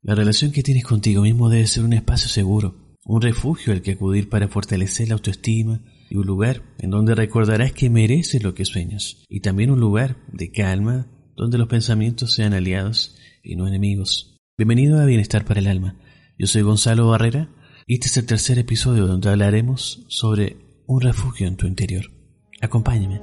La relación que tienes contigo mismo debe ser un espacio seguro, un refugio al que acudir para fortalecer la autoestima y un lugar en donde recordarás que mereces lo que sueñas, y también un lugar de calma donde los pensamientos sean aliados y no enemigos. Bienvenido a Bienestar para el Alma. Yo soy Gonzalo Barrera y este es el tercer episodio donde hablaremos sobre un refugio en tu interior. Acompáñame.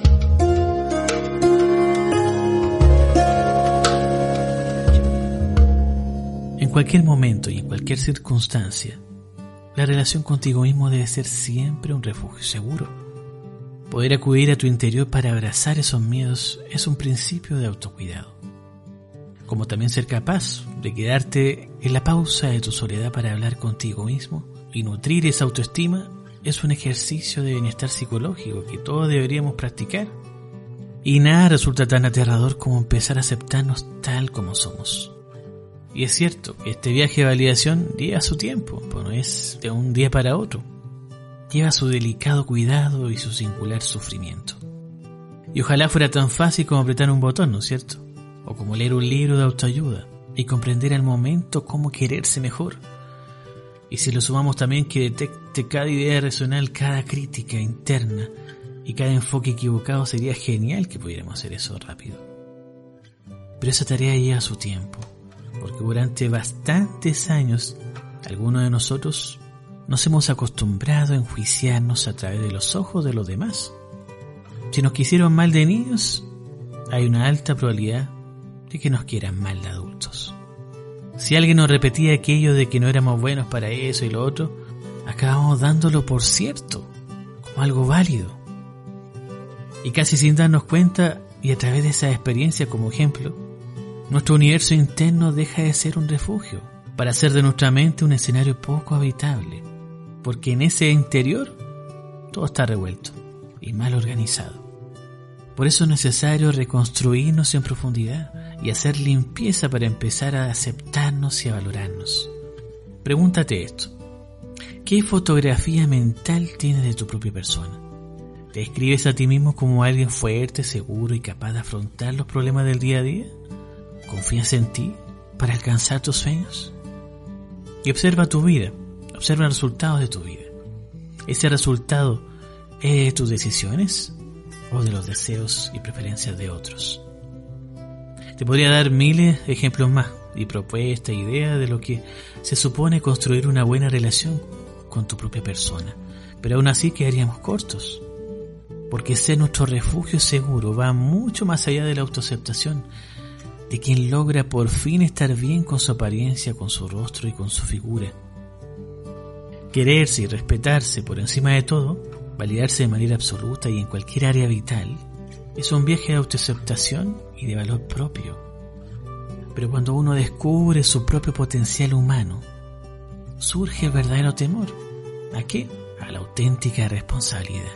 En cualquier momento y en cualquier circunstancia, la relación contigo mismo debe ser siempre un refugio seguro. Poder acudir a tu interior para abrazar esos miedos es un principio de autocuidado. Como también ser capaz de quedarte en la pausa de tu soledad para hablar contigo mismo y nutrir esa autoestima es un ejercicio de bienestar psicológico que todos deberíamos practicar. Y nada resulta tan aterrador como empezar a aceptarnos tal como somos. Y es cierto que este viaje de validación lleva su tiempo, pues no es de un día para otro. Lleva su delicado cuidado y su singular sufrimiento. Y ojalá fuera tan fácil como apretar un botón, ¿no es cierto? O como leer un libro de autoayuda y comprender al momento cómo quererse mejor. Y si lo sumamos también que detecte cada idea racional, cada crítica interna y cada enfoque equivocado, sería genial que pudiéramos hacer eso rápido. Pero esa tarea lleva su tiempo. Porque durante bastantes años, algunos de nosotros nos hemos acostumbrado a enjuiciarnos a través de los ojos de los demás. Si nos quisieron mal de niños, hay una alta probabilidad de que nos quieran mal de adultos. Si alguien nos repetía aquello de que no éramos buenos para eso y lo otro, acabamos dándolo por cierto, como algo válido. Y casi sin darnos cuenta, y a través de esa experiencia como ejemplo, nuestro universo interno deja de ser un refugio para hacer de nuestra mente un escenario poco habitable, porque en ese interior todo está revuelto y mal organizado. Por eso es necesario reconstruirnos en profundidad y hacer limpieza para empezar a aceptarnos y a valorarnos. Pregúntate esto: ¿qué fotografía mental tienes de tu propia persona? ¿Te describes a ti mismo como alguien fuerte, seguro y capaz de afrontar los problemas del día a día? ¿Confías en ti para alcanzar tus sueños? Y observa tu vida, observa los resultados de tu vida. ¿Ese resultado es de tus decisiones o de los deseos y preferencias de otros? Te podría dar miles de ejemplos más y propuestas, ideas de lo que se supone construir una buena relación con tu propia persona. Pero aún así quedaríamos cortos, porque ser nuestro refugio seguro va mucho más allá de la autoaceptación de quien logra por fin estar bien con su apariencia, con su rostro y con su figura. Quererse y respetarse por encima de todo, validarse de manera absoluta y en cualquier área vital, es un viaje de autoaceptación y de valor propio. Pero cuando uno descubre su propio potencial humano, surge el verdadero temor. ¿A qué? A la auténtica responsabilidad.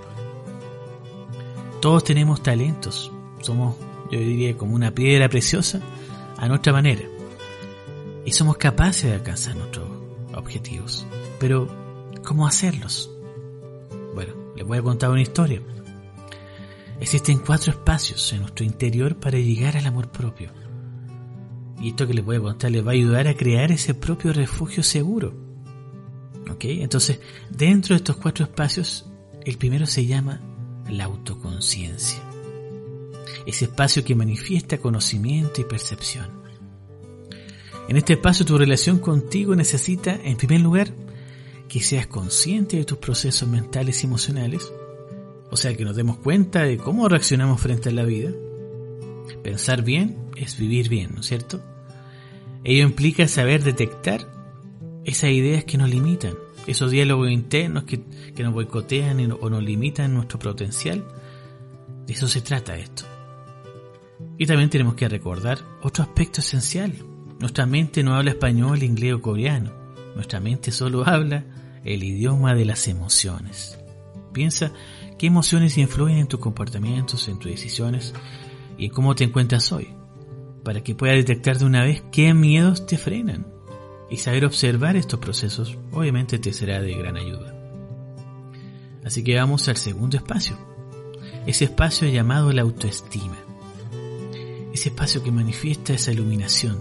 Todos tenemos talentos, somos, yo diría, como una piedra preciosa a nuestra manera. Y somos capaces de alcanzar nuestros objetivos. Pero, ¿cómo hacerlos? Bueno, les voy a contar una historia. Existen 4 espacios en nuestro interior para llegar al amor propio. Y esto que les voy a contar les va a ayudar a crear ese propio refugio seguro. ¿Ok? Entonces, dentro de estos 4 espacios, el primero se llama la autoconciencia. Ese espacio que manifiesta conocimiento y percepción. En este espacio tu relación contigo necesita, en primer lugar, que seas consciente de tus procesos mentales y emocionales, o sea, que nos demos cuenta de cómo reaccionamos frente a la vida. Pensar bien es vivir bien, ¿no es cierto? Ello implica saber detectar esas ideas que nos limitan, esos diálogos internos que nos boicotean o nos limitan nuestro potencial. De eso se trata esto. Y también tenemos que recordar otro aspecto esencial. Nuestra mente no habla español, inglés o coreano. Nuestra mente solo habla el idioma de las emociones. Piensa qué emociones influyen en tus comportamientos, en tus decisiones y en cómo te encuentras hoy, para que puedas detectar de una vez qué miedos te frenan. Y saber observar estos procesos obviamente te será de gran ayuda. Así que vamos al segundo espacio. Ese espacio llamado la autoestima. Ese espacio que manifiesta esa iluminación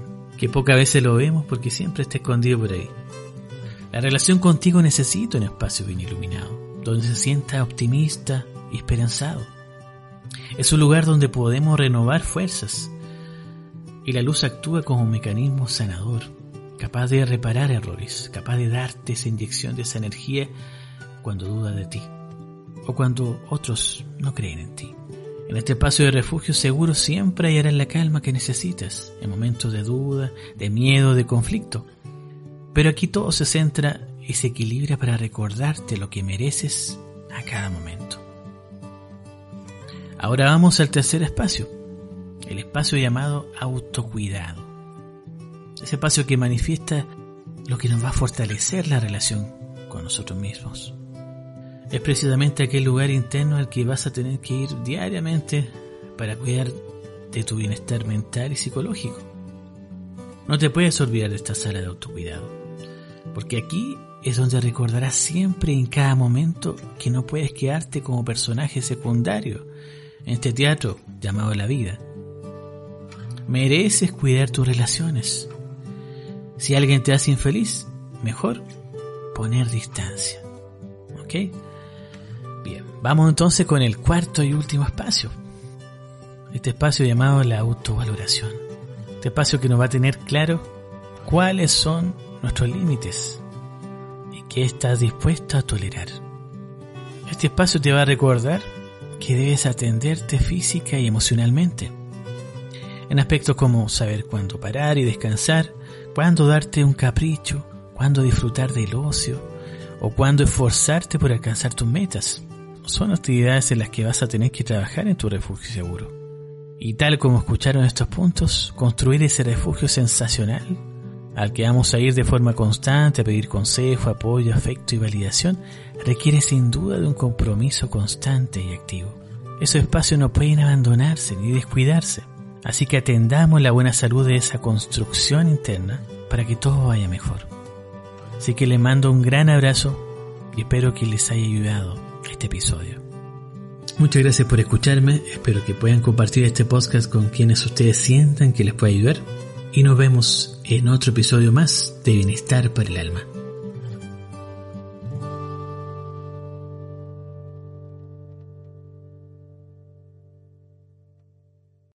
que pocas veces lo vemos porque siempre está escondido por ahí. La relación contigo necesita un espacio bien iluminado, donde se sienta optimista y esperanzado. Es un lugar donde podemos renovar fuerzas y la luz actúa como un mecanismo sanador, capaz de reparar errores, capaz de darte esa inyección de esa energía cuando dudas de ti o cuando otros no creen en ti. En este espacio de refugio seguro siempre hallarás la calma que necesitas en momentos de duda, de miedo, de conflicto. Pero aquí todo se centra y se equilibra para recordarte lo que mereces a cada momento. Ahora vamos al tercer espacio, el espacio llamado autocuidado. Ese espacio que manifiesta lo que nos va a fortalecer la relación con nosotros mismos. Es precisamente aquel lugar interno al que vas a tener que ir diariamente para cuidar de tu bienestar mental y psicológico. No te puedes olvidar de esta sala de autocuidado, porque aquí es donde recordarás siempre y en cada momento que no puedes quedarte como personaje secundario en este teatro llamado la vida. Mereces cuidar tus relaciones. Si alguien te hace infeliz, mejor poner distancia. ¿Ok? Bien, vamos entonces con el cuarto y último espacio. Este espacio llamado la autovaloración. Este espacio que nos va a tener claro cuáles son nuestros límites y qué estás dispuesto a tolerar. Este espacio te va a recordar que debes atenderte física y emocionalmente. En aspectos como saber cuándo parar y descansar, cuándo darte un capricho, cuándo disfrutar del ocio o cuándo esforzarte por alcanzar tus metas. Son actividades en las que vas a tener que trabajar en tu refugio seguro. Y tal como escucharon estos puntos, construir ese refugio sensacional al que vamos a ir de forma constante a pedir consejo, apoyo, afecto y validación requiere sin duda de un compromiso constante y activo. Esos espacios no pueden abandonarse ni descuidarse. Así que atendamos la buena salud de esa construcción interna para que todo vaya mejor. Así que les mando un gran abrazo y espero que les haya ayudado este episodio. Muchas gracias por escucharme, espero que puedan compartir este podcast con quienes ustedes sientan que les puede ayudar y nos vemos en otro episodio más de Bienestar para el Alma.